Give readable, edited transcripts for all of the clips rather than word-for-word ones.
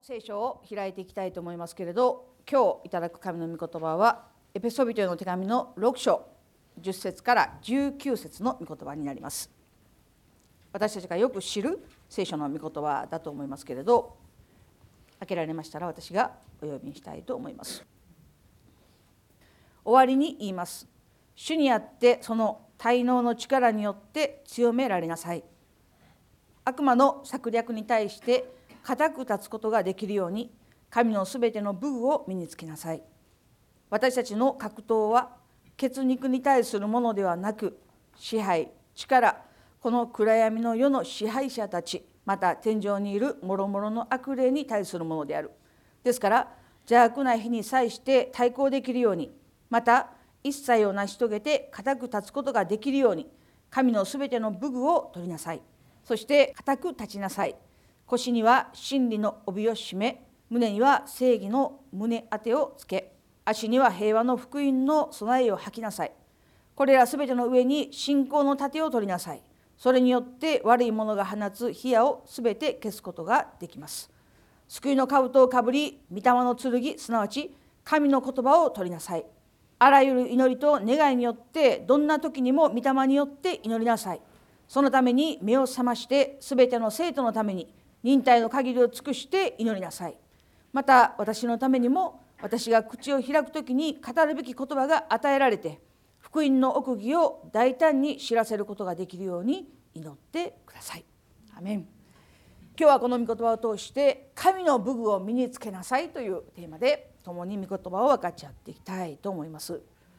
聖書を開いていきたいと思いますけれど、今日いただく神の御言葉はエペソビトへの手紙の6章10節から19節の御言葉になります。私たちがよく知る聖書の御言葉だと思いますけれど、開けられましたら私がお読みしたいと思います。終わりに言います。主にあってその滞納の力によって強められなさい。悪魔の策略に対して固く立つことができるように、神のすべての武具を身につけなさい。私たちの格闘は血肉に対するものではなく、支配、力、この暗闇の世の支配者たち、また天上にいる諸々の悪霊に対するものである。ですから邪悪な日に際して対抗できるように、また一切を成し遂げて固く立つことができるように、神のすべての武具を取りなさい。そして固く立ちなさい。腰には真理の帯を締め、胸には正義の胸当てをつけ、足には平和の福音の備えを履きなさい。これらすべての上に信仰の盾を取りなさい。それによって悪い者が放つ火矢をすべて消すことができます。救いの兜をかぶり、御霊の剣、すなわち神の言葉を取りなさい。あらゆる祈りと願いによって、どんな時にも御霊によって祈りなさい。そのために目を覚まして、すべての生徒のために忍耐の限りを尽くして祈りなさい。また私のためにも、私が口を開くときに語るべき言葉が与えられて、福音の奥義を大胆に知らせることができるように祈ってください。アメン。今日はこの御言葉を通して神の武具を身につけなさいというテーマで、共に御言葉を分かち合っていきたいと思います。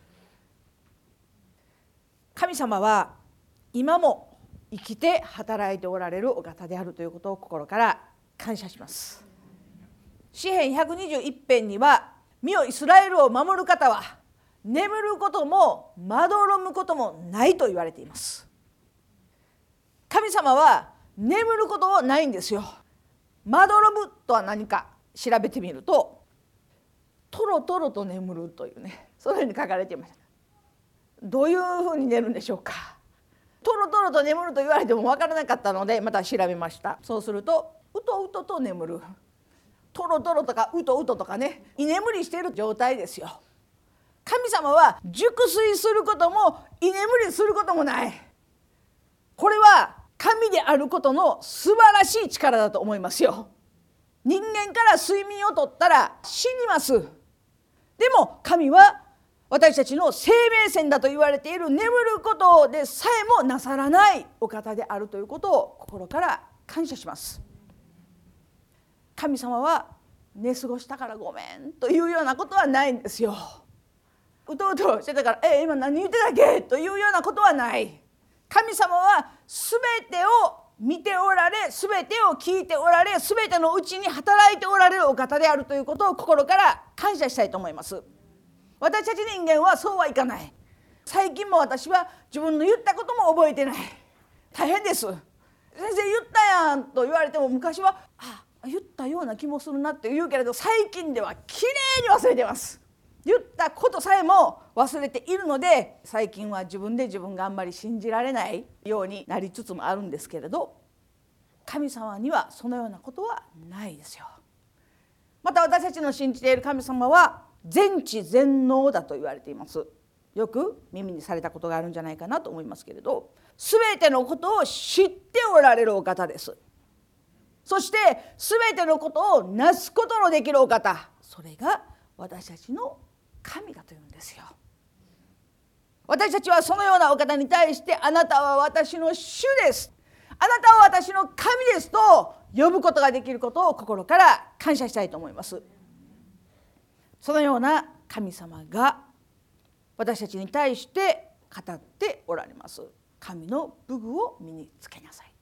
神様は今も生きて働いておられるお方であるということを心から感謝します。詩編121編には、見よイスラエルを守る方は眠ることもまどろむこともないと言われています。神様は眠ることはないんですよ。まどろむとは何か調べてみると、とろとろと眠るというね、そういうふうに書かれていました。どういうふうに寝るんでしょうか。とろとろと眠ると言われても分からなかったので、また調べました。そうすると、うとうとと眠る、とろとろとかうとうととかね、居眠りしている状態ですよ。神様は熟睡することも居眠りすることもない。これは神であることの素晴らしい力だと思いますよ。人間から睡眠をとったら死にます。でも神は私たちの生命線だと言われている眠ることでさえもなさらないお方であるということを心から感謝します。神様は寝過ごしたからごめんというようなことはないんですよ。うとうとしてたから今何言ってたっけというようなことはない。神様はすべてを見ておられ、すべてを聞いておられ、すべてのうちに働いておられるお方であるということを心から感謝したいと思います。私たち人間はそうはいかない。最近も私は自分の言ったことも覚えてない。大変です。先生言ったやんと言われても、昔は言ったような気もするなって言うけれど、最近ではきれいに忘れてます。言ったことさえも忘れているので、最近は自分があんまり信じられないようになりつつもあるんですけれど、神様にはそのようなことはないですよ。また私たちの信じている神様は全知全能だと言われています。よく耳にされたことがあるんじゃないかなと思いますけれど、すべてのことを知っておられるお方です。そしてすべてのことをなすことのできるお方、それが私たちの神だというんですよ。私たちはそのようなお方に対して、あなたは私の主です、あなたは私の神ですと呼ぶことができることを心から感謝したいと思います。そのような神様が私たちに対して語っておられます。神の武具を身につけなさいって。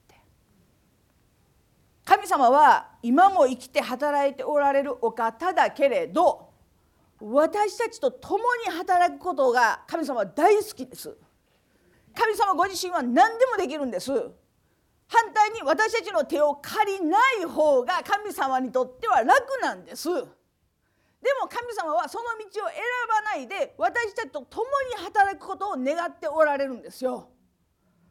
神様は今も生きて働いておられるお方だけれど、私たちと共に働くことが神様は大好きです。神様ご自身は何でもできるんです。反対に私たちの手を借りない方が神様にとっては楽なんです。でも神様はその道を選ばないで、私たちと共に働くことを願っておられるんですよ。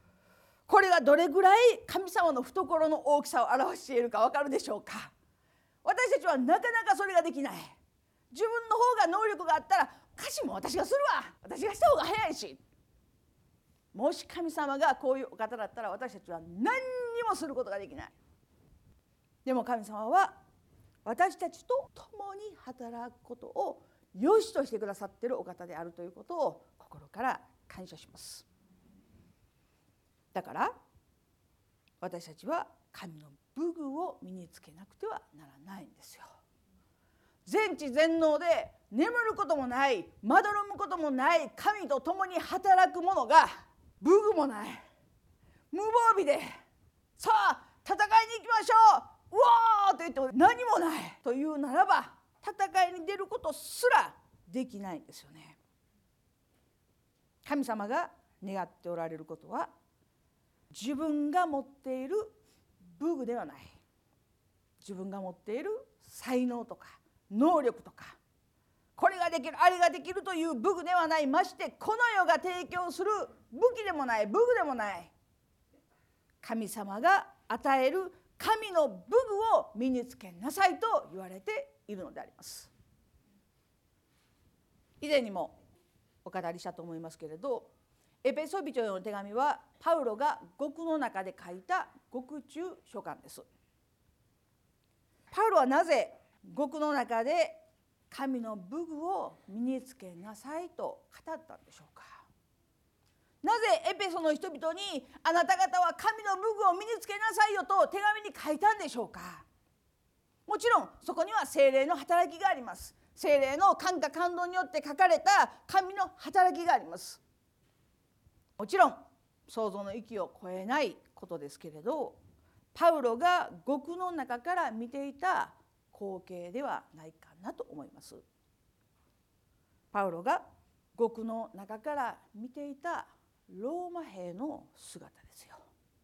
これがどれぐらい神様の懐の大きさを表しているか分かるでしょうか。 私たちはなかなかそれができない。自分の方が能力があったら家事も私がするわ、私がした方が早いし。もし神様がこういうお方だったら私たちは何にもすることができない。でも神様は私たちと共に働くことを良しとしてくださっているお方であるということを心から感謝します。だから私たちは神の武具を身につけなくてはならないんですよ。全知全能で眠ることもないまどろむこともない神と共に働く者が武具もない無防備でさあ戦いに行きましょう、うわーと言っても何もないというならば戦いに出ることすらできないんですよね。神様が願っておられることは自分が持っている武具ではない。自分が持っている才能とか能力とかこれができるあれができるという武具ではない。ましてこの世が提供する武器でもない武具でもない。神様が与える神の武具を身につけなさいと言われているのであります。以前にもお語りしたと思いますけれど、エペソビトへの手紙はパウロが獄の中で書いた獄中書簡です。パウロはなぜ獄の中で神の武具を身につけなさいと語ったんでしょうか。なぜエペソの人々にあなた方は神の武具を身につけなさいよと手紙に書いたんでしょうか。もちろんそこには聖霊の働きがあります。聖霊の感化感動によって書かれた神の働きがあります。もちろん想像の域を超えないことですけれど、パウロが獄の中から見ていた光景ではないかなと思います。パウロが獄の中から見ていたローマ兵の姿ですよ。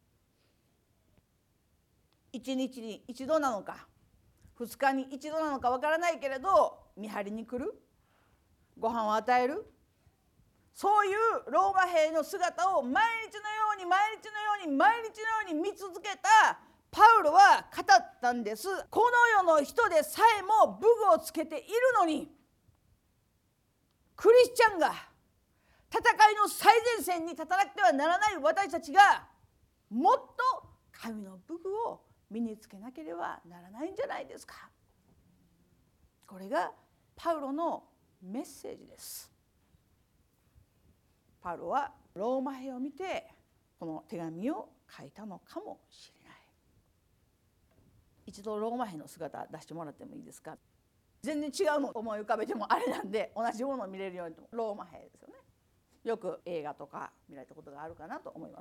一日に一度なのか2日に一度なのかわからないけれど見張りに来る、ご飯を与える、そういうローマ兵の姿を毎日のように毎日のように毎日のように見続けたパウロは語ったんです。この世の人でさえも武具をつけているのに、クリスチャンが戦いの最前線に立たなくてはならない私たちがもっと神の武具を身につけなければならないんじゃないですか。これがパウロのメッセージです。パウロはローマ兵を見てこの手紙を書いたのかもしれない。一度ローマ兵の姿出してもらってもいいですか。全然違うのを思い浮かべてもあれなんで同じものを見れるようにと。ローマ兵ですよね。よく映画とか見られたことがあるかなと思います。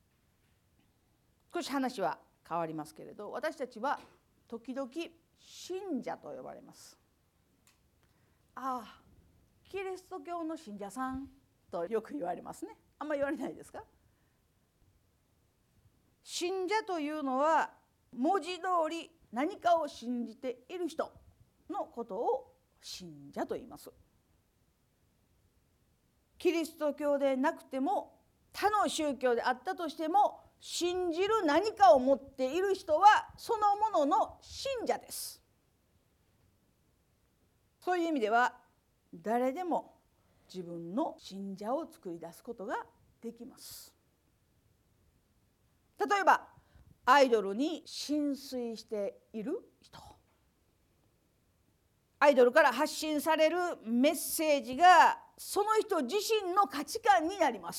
少し話は変わりますけれど、私たちは時々信者と呼ばれます。ああ、キリスト教の信者さんとよく言われますね。あんまり言われないですか。信者というのは文字通り何かを信じている人のことを信者と言います。キリスト教でなくても他の宗教であったとしても信じる何かを持っている人はそのものの信者です。そういう意味では誰でも自分の信者を作り出すことができます。例えばアイドルに心酔している人、アイドルから発信されるメッセージがその人自身の価値観になります。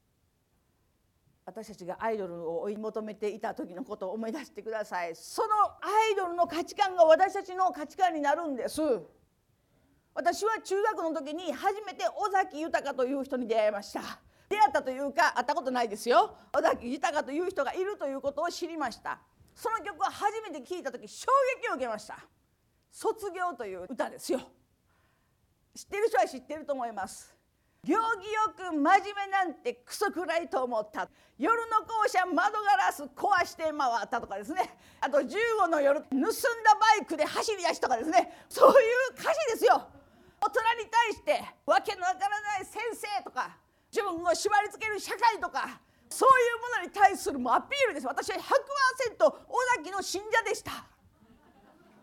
私たちがアイドルを追い求めていた時のことを思い出してください。そのアイドルの価値観が私たちの価値観になるんです。私は中学の時に初めて尾崎豊という人に出会いました。出会ったというか会ったことないですよ。尾崎豊という人がいるということを知りました。その曲を初めて聴いた時衝撃を受けました。卒業という歌ですよ。知ってる人は知ってると思います。行儀よく真面目なんてクソくらいと思った、夜の校舎窓ガラス壊して回ったとかですね、あと15の夜盗んだバイクで走り出しとかですね、そういう歌詞ですよ。大人に対してわけのわからない先生とか自分を縛り付ける社会とかそういうものに対するもアピールです。私は 100% 尾崎の信者でした。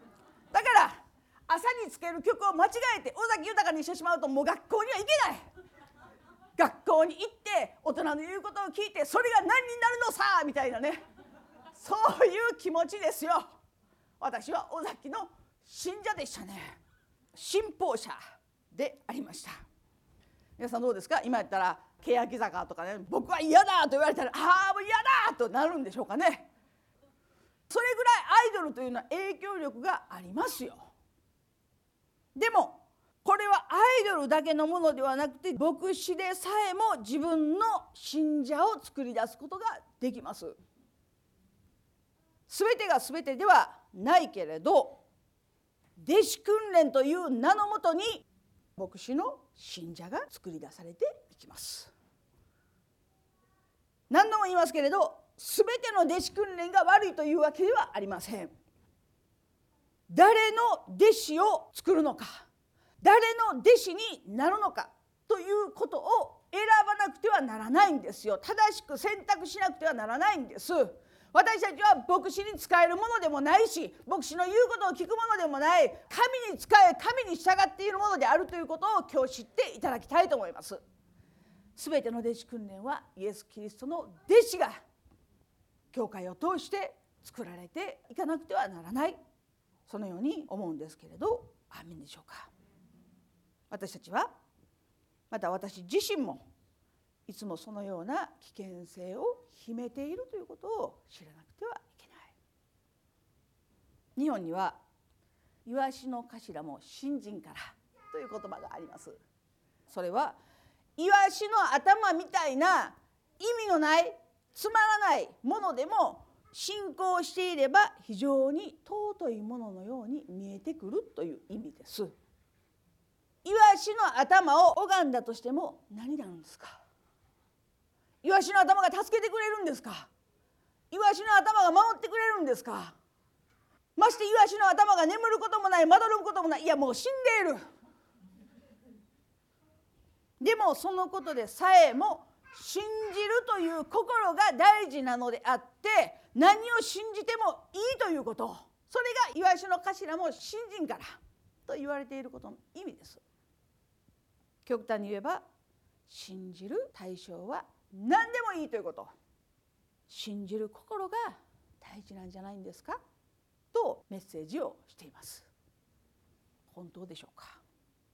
につける曲を間違えて尾崎豊にしてしまうともう学校には行けない。学校に行って大人の言うことを聞いてそれが何になるのさみたいなね、そういう気持ちですよ。私は尾崎の信者でしたね。信奉者でありました。皆さんどうですか？今やったら欅坂とかね、僕は嫌だと言われたらああもう嫌だとなるんでしょうかね。それぐらいアイドルというのは影響力がありますよ。でもこれはアイドルだけのものではなくて、牧師でさえも自分の信者を作り出すことができます。すべてがすべてではないけれど、弟子訓練という名のもとに牧師の信者が作り出されていきます。何度も言いますけれど、すべての弟子訓練が悪いというわけではありません。誰の弟子を作るのか、誰の弟子になるのかということを選ばなくてはならないんですよ。正しく選択しなくてはならないんです。私たちは牧師に仕えるものでもないし、牧師の言うことを聞くものでもない、神に仕え神に従っているものであるということを今日知っていただきたいと思います。すべての弟子訓練はイエス・キリストの弟子が教会を通して作られていかなくてはならない、そのように思うんですけれど、アーメンでしょうか。私たちは、また私自身もいつもそのような危険性を秘めているということを知らなくてはいけない。日本にはイワシの頭も信心からという言葉があります。それはイワシの頭みたいな意味のないつまらないものでも信仰していれば非常に尊いもののように見えてくるという意味です。イワシの頭を拝んだとしても何になるんですか？イワシの頭が助けてくれるんですか？イワシの頭が守ってくれるんですか？ましてイワシの頭が眠ることもないまどろむこともない、いやもう死んでいる。でもそのことでさえも信じるという心が大事なのであって、何を信じてもいいということ、それがイワシの頭も信心からと言われていることの意味です。極端に言えば信じる対象は何でもいいということ、信じる心が大事なんじゃないんですかとメッセージをしています。本当でしょうか。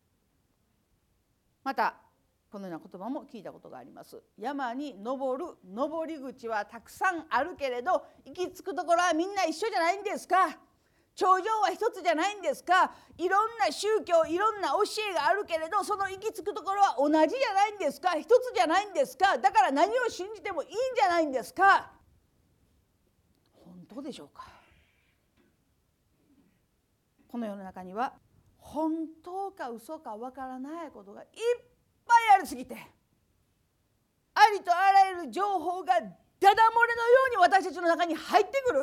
またこのような言葉も聞いたことがあります。山に登る登り口はたくさんあるけれど、行き着くところはみんな一緒じゃないんですか。頂上は一つじゃないんですか。いろんな宗教、いろんな教えがあるけれど、その行き着くところは同じじゃないんですか。一つじゃないんですか。だから何を信じてもいいんじゃないんですか。本当でしょうか。この世の中には本当か嘘かわからないことがいっぱいありすぎて、ありとあらゆる情報がダダ漏れのように私たちの中に入ってくる。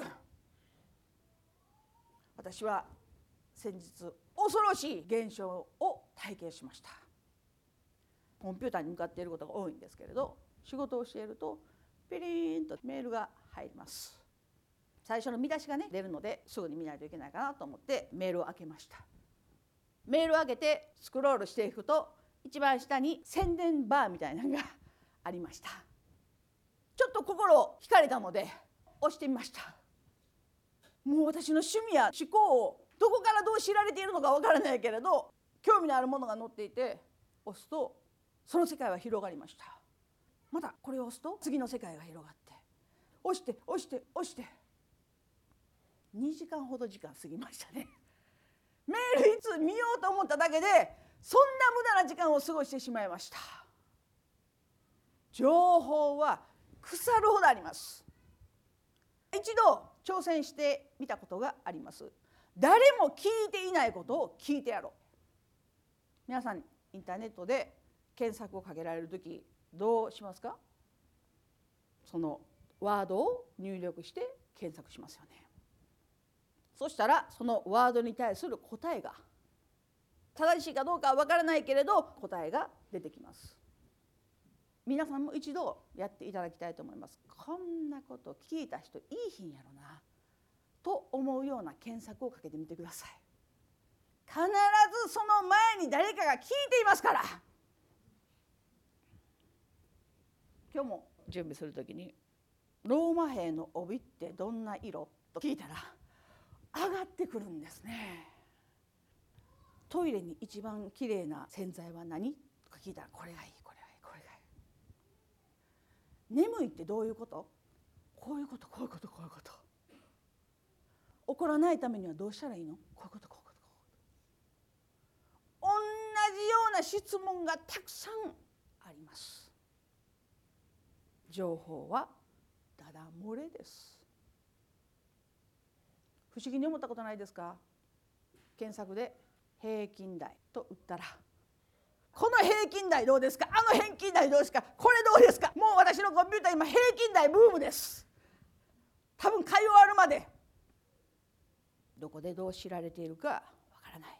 私は先日恐ろしい現象を体験しました。コンピューターに向かっていることが多いんですけれど、仕事をしているとピリーンとメールが入ります。最初の見出しがね出るのですぐに見ないといけないかなと思ってメールを開けました。メールを開けてスクロールしていくと、一番下に宣伝バーみたいなのがありました。ちょっと心を惹かれたので押してみました。もう私の趣味や思考をどこからどう知られているのかわからないけれど、興味のあるものが載っていて、押すとその世界は広がりました。またこれを押すと次の世界が広がって、押して押して押して2時間ほど時間過ぎましたね。メールいつ見ようと思っただけでそんな無駄な時間を過ごしてしまいました。情報は腐るほどあります。一度挑戦してみたことがあります。誰も聞いていないことを聞いてやろう。皆さんインターネットで検索をかけられるときどうしますか？そのワードを入力して検索しますよね。そしたらそのワードに対する答えが正しいかどうかは分からないけれど答えが出てきます。皆さんも一度やっていただきたいと思います。こんなこと聞いた人いいひんやろなと思うような検索をかけてみてください。 必ずその前に誰かが聞いていますから。今日も準備するときにローマ兵の帯ってどんな色と聞いたら上がってくるんですね。トイレに一番きれいな洗剤は何とか聞いたらこれがいいこれがいいこれがいい。眠いってどういうこと？こういうことこういうことこういうこと。怒らないためにはどうしたらいいの？こういうことこういうことこういうこと。同じような質問がたくさんあります。情報はダダ漏れです。不思議に思ったことないですか？検索で平均台と打ったら、この平均台どうですか、あの平均台どうですか、これどうですか。もう私のコンピューター今平均台ブームです。多分買い終わるまでどこでどう知られているかわからない。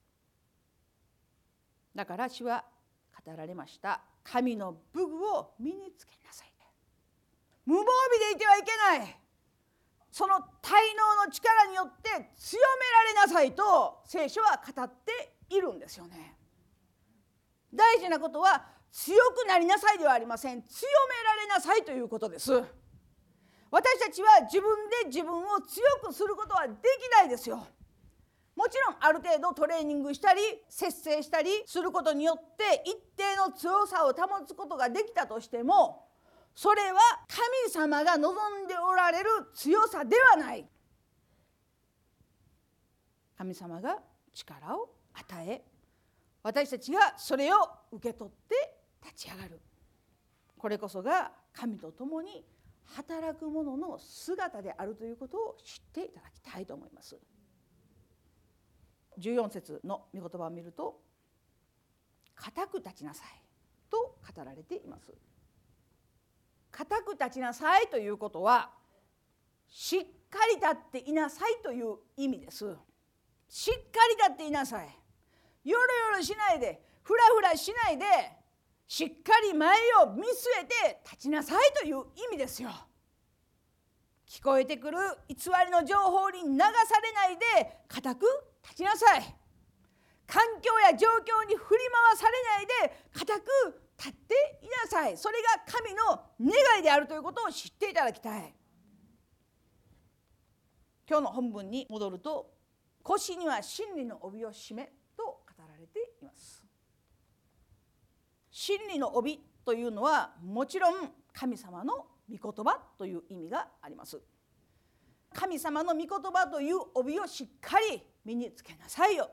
だから主は語られました。神の武具を身につけなさい。無防備でいてはいけない。その滞納の力によって強められなさいと聖書は語っているんですよね。大事なことは強くなりなさいではありません。強められなさいということです。私たちは自分で自分を強くすることはできないですよ。もちろんある程度トレーニングしたり節制したりすることによって一定の強さを保つことができたとしても、それは神様が望んでおられる強さではない。神様が力を与え、私たちがそれを受け取って立ち上がる。これこそが神と共に働く者の姿であるということを知っていただきたいと思います。14節の御言葉を見ると、固く立ちなさいと語られています。固く立ちなさいということは、しっかり立っていなさいという意味です。しっかり立っていなさい。よろよろしないで、ふらふらしないで、しっかり前を見据えて立ちなさいという意味ですよ。聞こえてくる偽りの情報に流されないで固く立ちなさい。環境や状況に振り回されないで固く立っていなさい。それが神の願いであるということを知っていただきたい。今日の本文に戻ると、腰には真理の帯を締めと語られています。真理の帯というのはもちろん神様の御言葉という意味があります。神様の御言葉という帯をしっかり身につけなさいよ。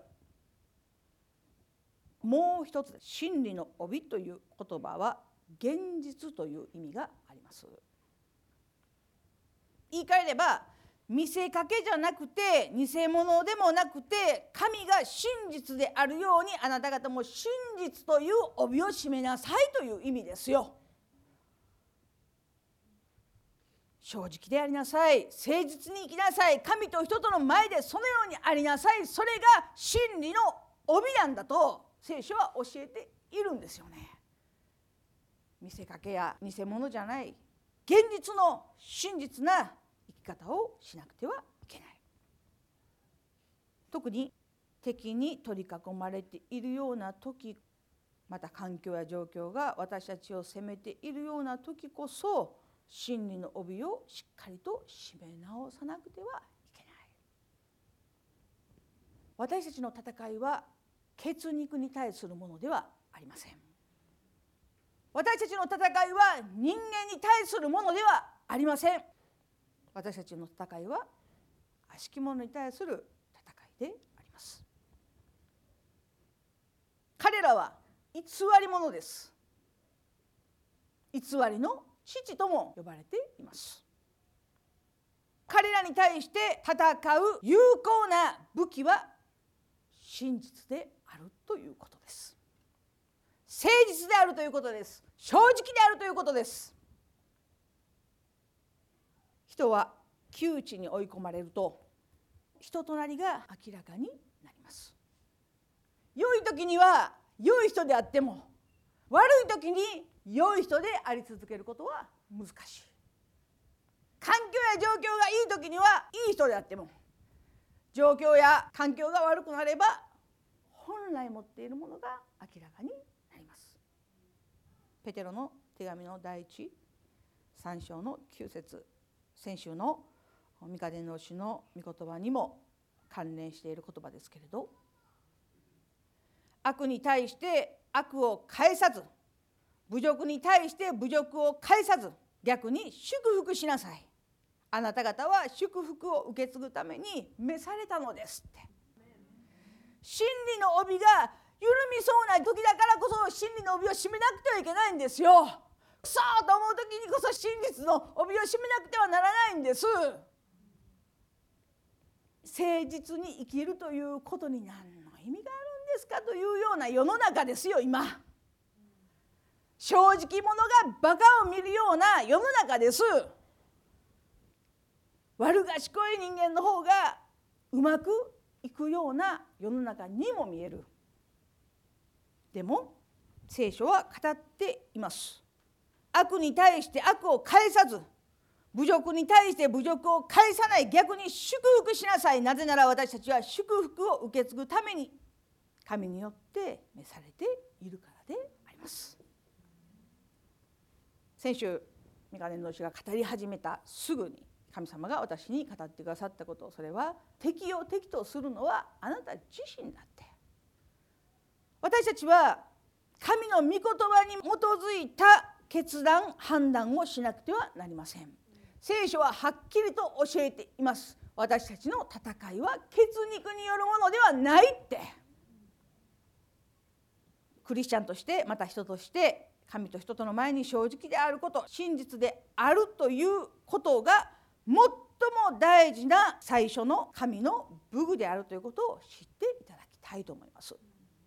もう一つ、真理の帯という言葉は現実という意味があります。言い換えれば、見せかけじゃなくて偽物でもなくて、神が真実であるようにあなた方も真実という帯を締めなさいという意味ですよ。正直でありなさい。誠実に生きなさい。神と人との前でそのようにありなさい。それが真理の帯なんだと聖書は教えているんですよね。見せかけや偽物じゃない、現実の真実な生き方をしなくてはいけない。特に敵に取り囲まれているような時、また環境や状況が私たちを責めているような時こそ、真理の帯をしっかりと締め直さなくてはいけない。私たちの戦いは血肉に対するものではありません。私たちの戦いは人間に対するものではありません。私たちの戦いは悪しき者に対する戦いであります。彼らは偽り者です。偽りの父とも呼ばれています。彼らに対して戦う有効な武器は真実であるということです。誠実であるということです。正直であるということです。人は窮地に追い込まれると人となりが明らかになります。良い時には良い人であっても、悪い時に良い人であり続けることは難しい。環境や状況がいい時にはいい人であっても、状況や環境が悪くなれば本来持っているものが明らかになります。ペテロの手紙の第3章の9節、先週のミカデノ氏の御言葉にも関連している言葉ですけれど、悪に対して悪を返さず、侮辱に対して侮辱を返さず、逆に祝福しなさい。あなた方は祝福を受け継ぐために召されたのですって。真理の帯が緩みそうな時だからこそ真理の帯を締めなくてはいけないんですよ。くそーと思う時にこそ真実の帯を締めなくてはならないんです。誠実に生きるということに何の意味があるんですかというような世の中ですよ今。正直者がバカを見るような世の中です。悪賢い人間の方がうまくいくような世の中にも見える。でも聖書は語っています。悪に対して悪を返さず、侮辱に対して侮辱を返さない、逆に祝福しなさい。なぜなら私たちは祝福を受け継ぐために神によって召されているからであります。先週ミカデノ氏が語り始めたすぐに神様が私に語ってくださったこと、それは敵を敵とするのはあなた自身だって。私たちは神の御言葉に基づいた決断判断をしなくてはなりません。聖書ははっきりと教えています。私たちの戦いは血肉によるものではないって。クリスチャンとしてまた人として神と人との前に正直であること、真実であるということが最も大事な最初の神の武具であるということを知っていただきたいと思います。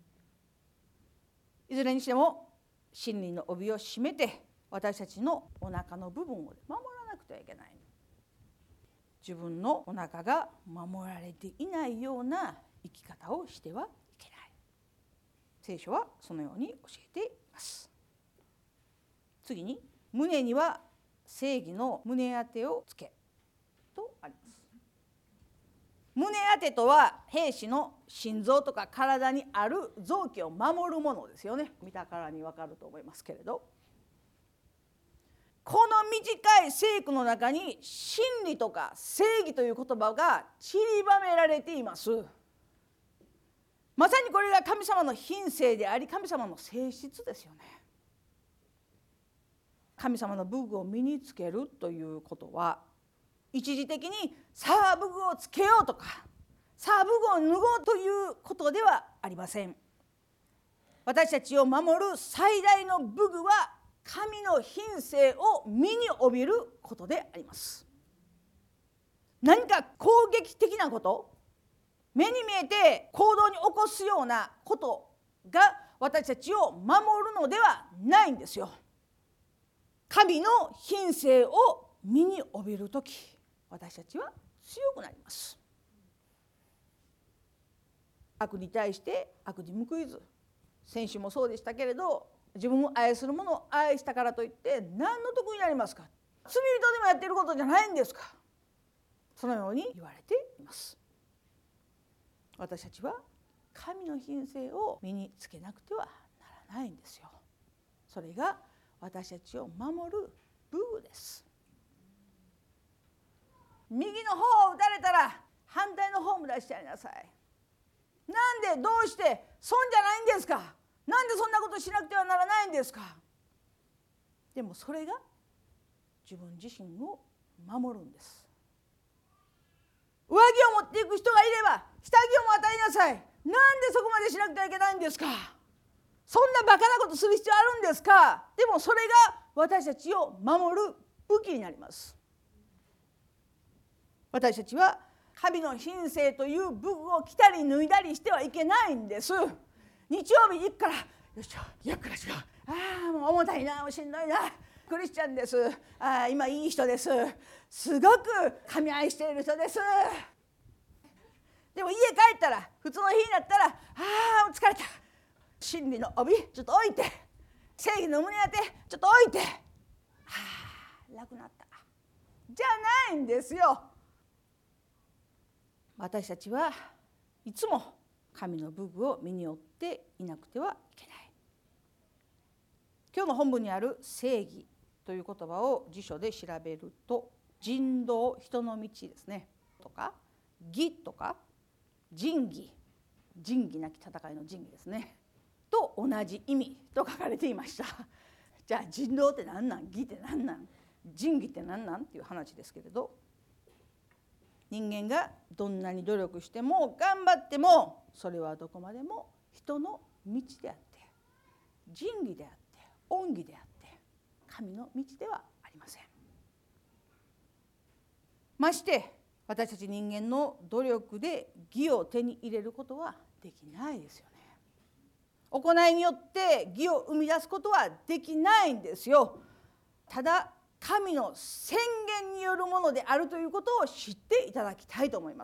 いずれにしても真理の帯を締めて私たちのお腹の部分を守らなくてはいけない。自分のお腹が守られていないような生き方をしてはいけない。聖書はそのように教えています。次に、胸には正義の胸当てをつけとあります。胸当てとは兵士の心臓とか体にある臓器を守るものですよね。見たからに分かると思いますけれど、この短い聖句の中に真理とか正義という言葉が散りばめられています。まさにこれが神様の品性であり、神様の性質ですよね。神様の武具を身につけるということは、一時的にさあ武具をつけようとか、さあ武具を脱ごうということではありません。私たちを守る最大の武具は神の品性を身に帯びることであります。何か攻撃的なこと、目に見えて行動に起こすようなことが私たちを守るのではないんですよ。神の品性を身に帯びるとき、私たちは強くなります。悪に対して悪に報いず、先週もそうでしたけれど、自分を愛する者を愛したからといって何の得になりますか。罪人でもやっていることじゃないんですか。そのように言われています。私たちは神の品性を身につけなくてはならないんですよ。それが私たちを守る武具です。右の方を打たれたら反対の方も出しちゃいなさい。なんでどうして損じゃないんですか。なんでそんなことしなくてはならないんですか。でもそれが自分自身を守るんです。上着を持っていく人がいれば下着をも与えなさい。なんでそこまでしなくてはいけないんですか。そんなバカなことする必要あるんですか。でもそれが私たちを守る武器になります。私たちは神の品性という武具を着たり脱いだりしてはいけないんです。日曜日に行くから、よいしょ、ゆっくりしよう。もう重たいな、しんどいな。クリスチャンです。今いい人です。すごく神愛している人です。でも家帰ったら、普通の日になったら、疲れた。真理の帯ちょっと置いて、正義の胸当てちょっと置いて、楽になった。じゃないんですよ。私たちはいつも神の武具を身に負っていなくてはいけない。今日の本文にある正義という言葉を辞書で調べると、人道、人の道ですねとか、義とか、仁義、仁義なき戦いの仁義ですねと同じ意味と書かれていました。じゃあ人道って何なん、義って何なん、仁義って何なんっていう話ですけれど、人間がどんなに努力しても頑張っても、それはどこまでも人の道であって、仁義であって、恩義であって、神の道ではありません。まして私たち人間の努力で義を手に入れることはできないですよね。行いによって義を生み出すことはできないんですよ。ただ神の宣言によるものであるということを知っていただきたいと思います。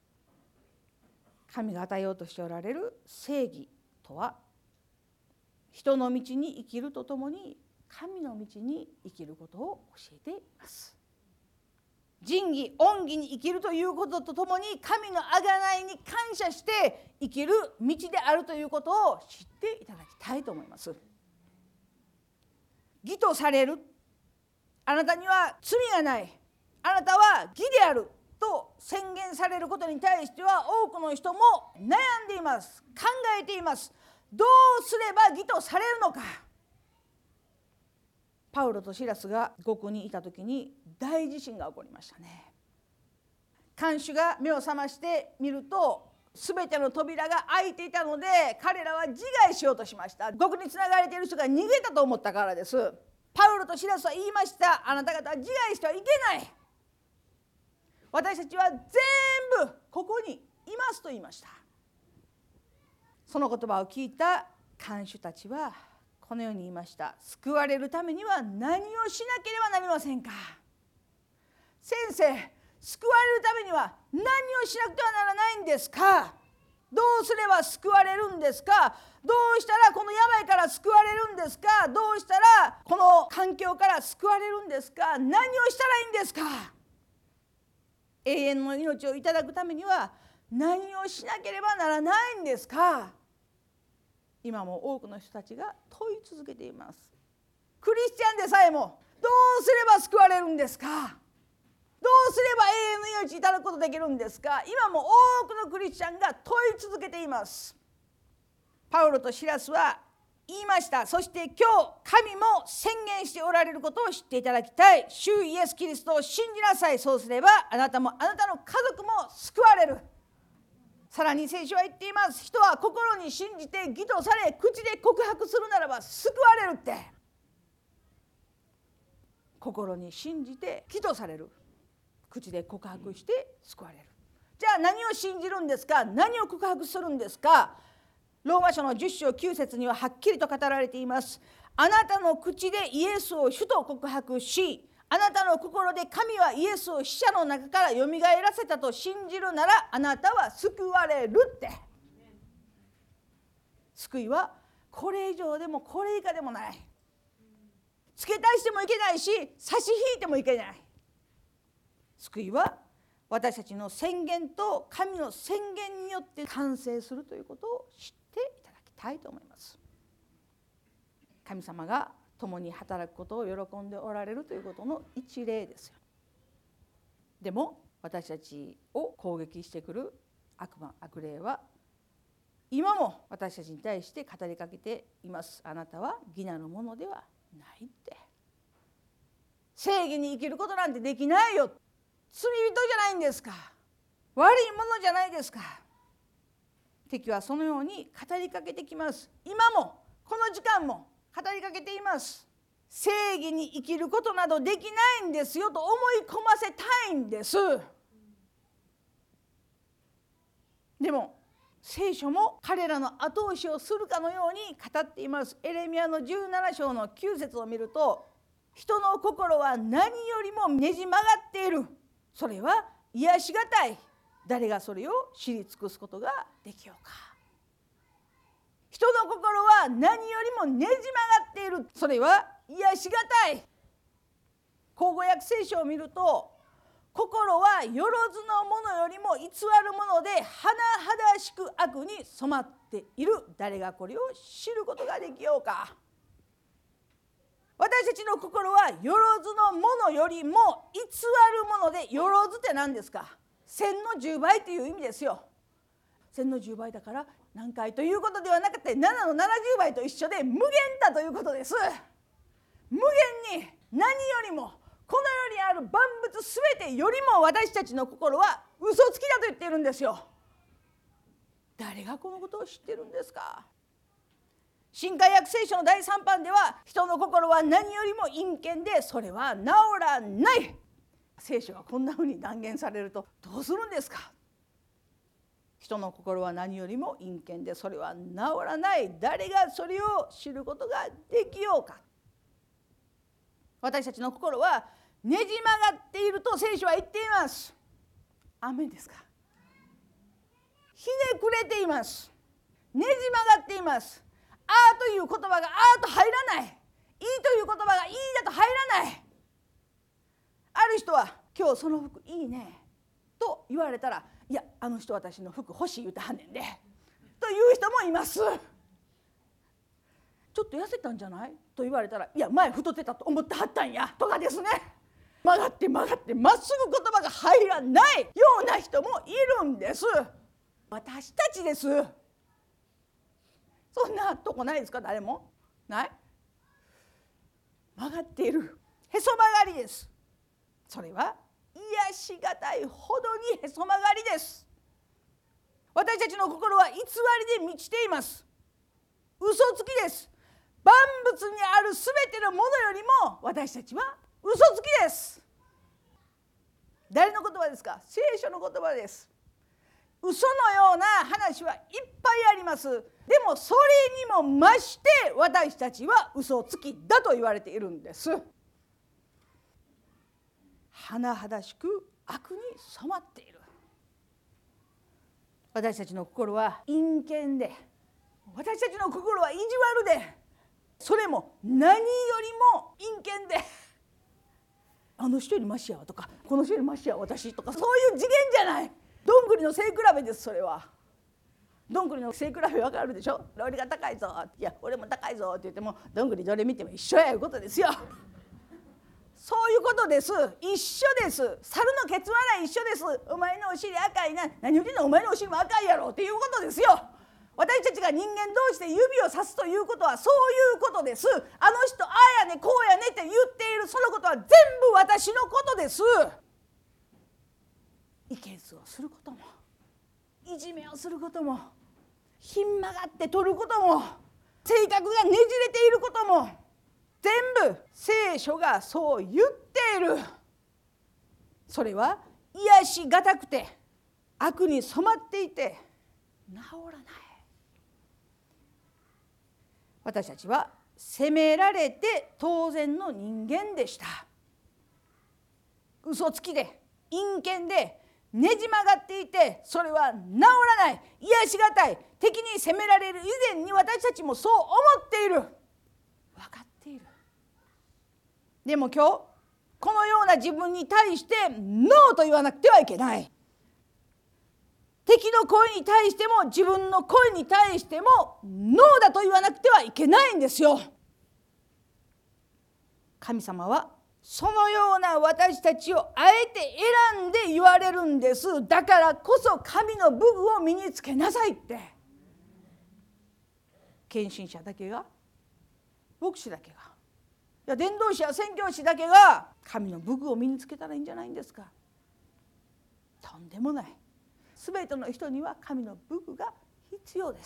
神が与えようとしておられる正義とは、人の道に生きるとともに神の道に生きることを教えています。仁義恩義に生きるということとともに、神の贖いに感謝して生きる道であるということを知っていただきたいと思います。義とされる、あなたには罪がない、あなたは義であると宣言されることに対しては、多くの人も悩んでいます。考えています。どうすれば義とされるのか。パウロとシラスが獄にいた時に大地震が起こりましたね。看守が目を覚ましてみると、すべての扉が開いていたので、彼らは自害しようとしました。獄につながれている人が逃げたと思ったからです。パウロとシラスは言いました。あなた方は自害してはいけない。私たちは全部ここにいますと言いました。その言葉を聞いた看守たちはこのように言いました。救われるためには何をしなければなりませんか。先生、救われるためには何をしなくてはならないんですか。どうすれば救われるんですか。どうしたらこの病から救われるんですか。どうしたらこの環境から救われるんですか。何をしたらいいんですか。永遠の命をいただくためには何をしなければならないんですか。今も多くの人たちが問い続けています。クリスチャンでさえもどうすれば救われるんですか。どうすれば永遠の命いただくことできるんですか。今も多くのクリスチャンが問い続けています。パウロとシラスは言いました。そして今日神も宣言しておられることを知っていただきたい。主イエスキリストを信じなさい。そうすればあなたもあなたの家族も救われる。さらに聖書は言っています。人は心に信じて義とされ、口で告白するならば救われるって。心に信じて義とされる、口で告白して救われる。じゃあ何を信じるんですか。何を告白するんですか。ローマ書の10章9節にははっきりと語られています。あなたの口でイエスを主と告白し、あなたの心で神はイエスを死者の中からよみがえらせたと信じるなら、あなたは救われるって。救いはこれ以上でもこれ以下でもない。付け足してもいけないし、差し引いてもいけない。救いは私たちの宣言と神の宣言によって完成するということを知っていただきたいと思います。神様が共に働くことを喜んでおられるということの一例ですよ。でも私たちを攻撃してくる悪魔、悪霊は今も私たちに対して語りかけています。あなたは義なるものではないって。正義に生きることなんてできないよ。罪人じゃないんですか。悪いものじゃないですか。敵はそのように語りかけてきます。今もこの時間も語りかけています。正義に生きることなどできないんですよと思い込ませたいんです。でも聖書も彼らの後押しをするかのように語っています。エレミヤの17章の9節を見ると、人の心は何よりもねじ曲がっている。それは癒しがたい。誰がそれを知り尽くすことができようか。人の心は何よりもねじ曲がっている。それは癒しがたい。口語訳聖書を見ると、 心はよろずのものよりも偽るもので甚だしく悪に染まっている。誰がこれを知ることができようか。私たちの心はよろずのものよりも偽るもので、よろずって何ですか。1000の10倍という意味ですよ。1000の10倍だから何回ということではなくて、7の70倍と一緒で無限だということです。無限に何よりもこの世にある万物すべてよりも私たちの心は嘘つきだと言っているんですよ。誰がこのことを知っているんですか。新海約聖書の第3版では、人の心は何よりも陰険でそれは治らない。聖書がこんなふうに断言されるとどうするんですか。人の心は何よりも陰険でそれは治らない。誰がそれを知ることができようか。私たちの心はねじ曲がっていると聖書は言っています。アーメンですか。ひねくれています。ねじ曲がっています。あーという言葉があーと入らない。いいという言葉がいいだと入らない。ある人は今日その服いいねと言われたら、いやあの人私の服欲しい言うたはんねんでという人もいます。ちょっと痩せたんじゃないと言われたら、いや前太ってたと思ってはったんやとかですね。曲がって曲がってまっすぐ言葉が入らないような人もいるんです。私たちです。そんなとこないですか。誰もない。曲がっているへそ曲がりです。それは癒しがたいほどにへそ曲がりです。私たちの心は偽りで満ちています。嘘つきです。万物にあるすべてのものよりも私たちは嘘つきです。誰の言葉ですか。聖書の言葉です。嘘のような話はいっぱいあります。でもそれにも増して私たちは嘘つきだと言われているんです。甚だしく悪に染まっている。私たちの心は陰険で、私たちの心は意地悪で、それも何よりも陰険で、あの人よりマシやわとか、この人よりマシやわ私とか、そういう次元じゃない。どんぐりの背比べです。それはどんぐりの背比べ分かるでしょ。俺が高いぞ、いや俺も高いぞって言っても、どんぐりどれ見ても一緒やいうことですよ。そういうことです。一緒です。猿のケツ笑い一緒です。お前のお尻赤いな、何言ってんの、お前のお尻も赤いやろっていうことですよ。私たちが人間同士で指をさすということはそういうことです。あの人ああやねこうやねって言っているそのことは全部私のことです。いけずをすることも、いじめをすることも、ひん曲がって取ることも、性格がねじれていることも、全部聖書がそう言っている。それは癒しがたくて悪に染まっていて治らない。私たちは責められて当然の人間でした。嘘つきで陰険でねじ曲がっていて、それは治らない、癒しがたい。敵に責められる以前に私たちもそう思っている。分かっている。でも今日このような自分に対してノーと言わなくてはいけない。敵の声に対しても自分の声に対してもノーだと言わなくてはいけないんですよ。神様はそのような私たちをあえて選んで言われるんです。だからこそ神の武具を身につけなさいって。献身者だけが、牧師だけが、いや伝道師や宣教師だけが神の武具を身につけたらいいんじゃないんですか。とんでもない。すべての人には神の武具が必要です。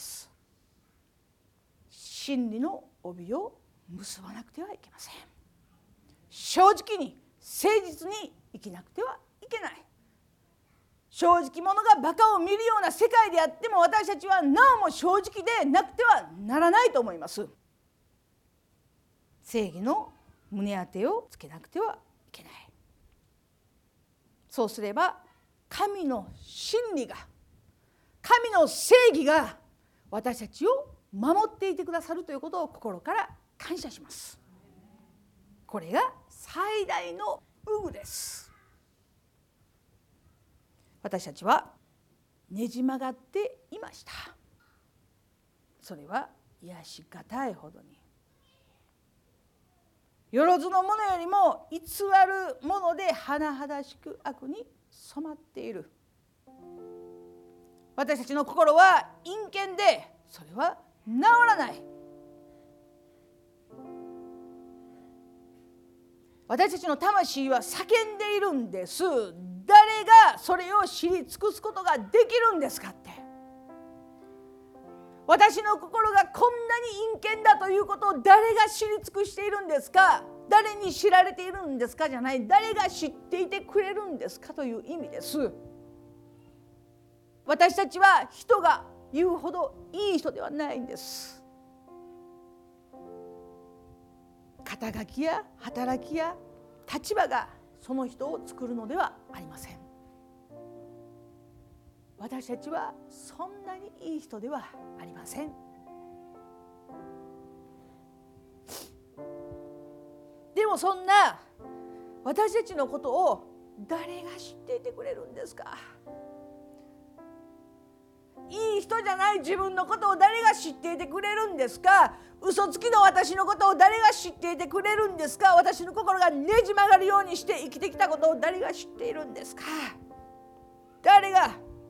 真理の帯を結ばなくてはいけません。正直に誠実に生きなくてはいけない。正直者がバカを見るような世界であっても、私たちはなおも正直でなくてはならないと思います。正義の胸当てをつけなくてはいけない。そうすれば神の真理が、神の正義が私たちを守っていてくださるということを心から感謝します。これが最大の武具です。 私たちはねじ曲がっていました。それは癒しがたいほどに、よろずのものよりも偽るもので甚だしく悪に染まっている。私たちの心は陰険で、それは治らない。私たちの魂は叫んでいるんです。誰がそれを知り尽くすことができるんですかって。私の心がこんなに陰険だということを誰が知り尽くしているんですか、誰に知られているんですかじゃない、誰が知っていてくれるんですかという意味です。私たちは人が言うほどいい人ではないんです。肩書きや働きや立場がその人を作るのではありません。私たちはそんなにいい人ではありません。でもそんな私たちのことを誰が知っていてくれるんですか。いい人じゃない自分のことを誰が知っていてくれるんですか。嘘つきの私のことを誰が知っていてくれるんですか。私の心がねじ曲がるようにして生きてきたことを誰が知っているんですか。誰が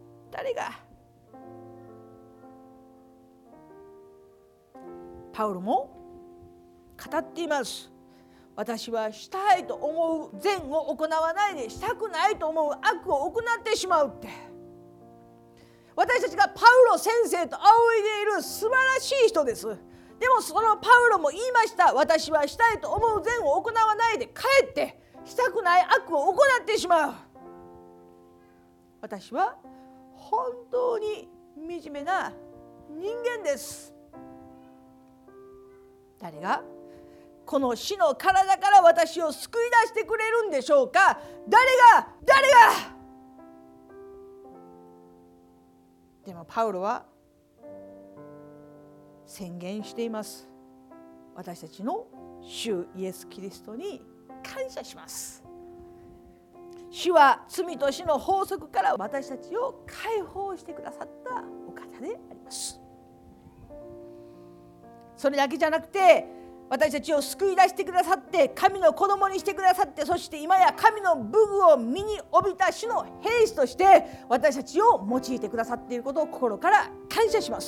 パウロも語っています。私はしたいと思う善を行わないでしたくないと思う悪を行ってしまうって。私たちがパウロ先生と仰いでいる素晴らしい人です。でもそのパウロも言いました。私はしたいと思う善を行わないでかえってしたくない悪を行ってしまう。私は本当に惨めな人間です。誰がこの死の体から私を救い出してくれるんでしょうか。誰がでもパウロは宣言しています。私たちの主イエス・キリストに感謝します。主は罪と死の法則から私たちを解放してくださったお方であります。それだけじゃなくて、私たちを救い出してくださって、神の子供にしてくださって、そして今や神の武具を身に帯びた主の兵士として私たちを用いてくださっていることを心から感謝します。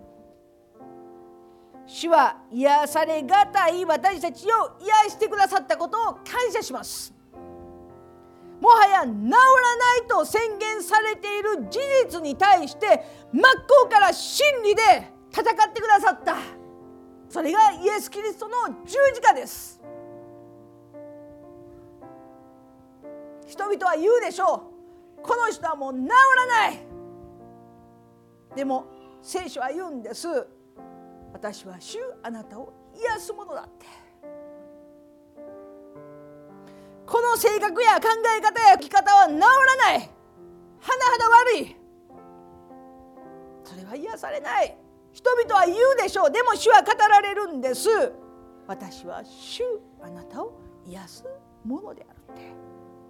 主は癒されがたい私たちを癒してくださったことを感謝します。もはや治らないと宣言されている事実に対して真っ向から真理で戦ってくださった。それがイエス・キリストの十字架です。人々は言うでしょう。この人はもう治らない。でも聖書は言うんです。私は主あなたを癒すものだって。この性格や考え方や生き方は治らない。甚だ悪い。それは癒されない。人々は言うでしょう。でも主は語られるんです。私は主あなたを癒すものであるって。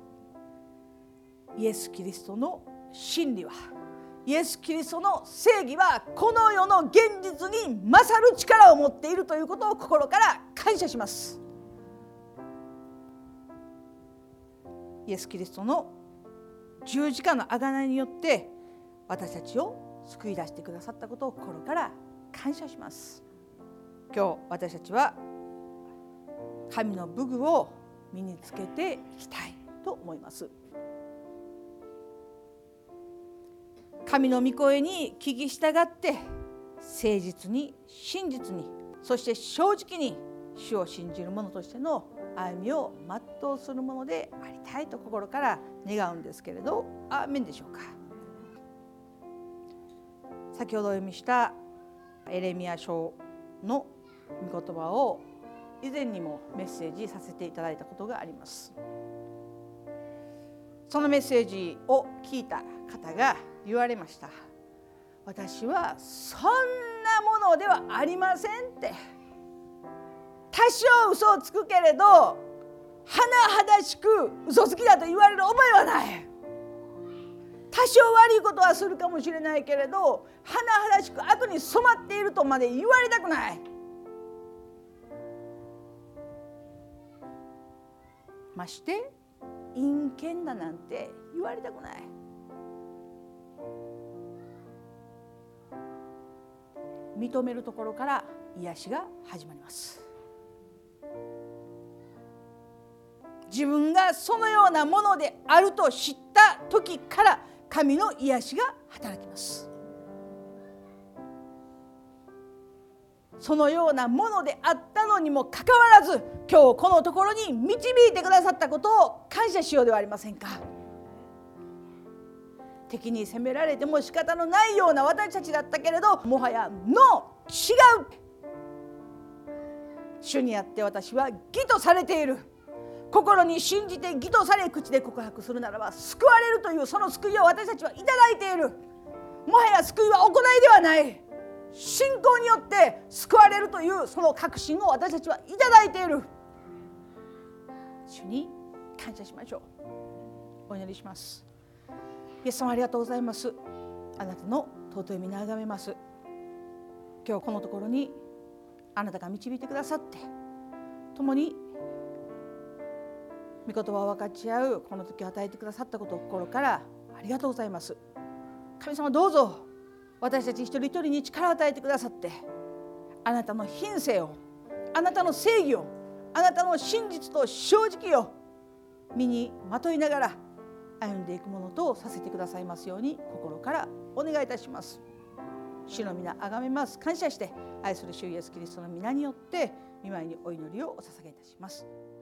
イエス・キリストの真理は、イエス・キリストの正義はこの世の現実に勝る力を持っているということを心から感謝します。イエス・キリストの十字架の贖いによって私たちを救い出してくださったことを心から感謝します。今日私たちは神の武具を身につけていきたいと思います。神の御声に聞き従って誠実に真実に、そして正直に主を信じる者としての歩みを全うするものでありたいと心から願うんですけれど、アーメンでしょうか。先ほどお読みしたエレミヤ書の御言葉を以前にもメッセージさせていただいたことがあります。そのメッセージを聞いた方が言われました。私はそんなものではありませんって。多少嘘をつくけれど甚だしく嘘つきだと言われる覚えはない。 少悪いことはするかもしれないけれど、甚だしく悪に染まっているとまで言われたくない。まして陰険だなんて言われたくない。認めるところから癒しが始まります。自分がそのようなものであると知った時から神の癒しが働きます。そのようなものであったのにもかかわらず、今日このところに導いてくださったことを感謝しようではありませんか。敵に責められても仕方のないような私たちだったけれど、もはやの違う、主にあって私は義とされている。心に信じて義とされ、口で告白するならば救われるというその救いを私たちはいただいている。もはや救いは行いではない、信仰によって救われるというその確信を私たちはいただいている。主に感謝しましょう。お祈りします。イエス様ありがとうございます。あなたの尊い皆をあがめます。今日このところにあなたが導いてくださって、共に御言葉を分かち合うこの時を与えてくださったことを心からありがとうございます。神様、どうぞ私たち一人一人に力を与えてくださって、あなたの品性を、あなたの正義を、あなたの真実と正直を身にまといながら歩んでいくものとさせてくださいますように心からお願いいたします。主の皆あがめます。感謝して愛する主イエスキリストの皆によって御前にお祈りをお捧げいたします。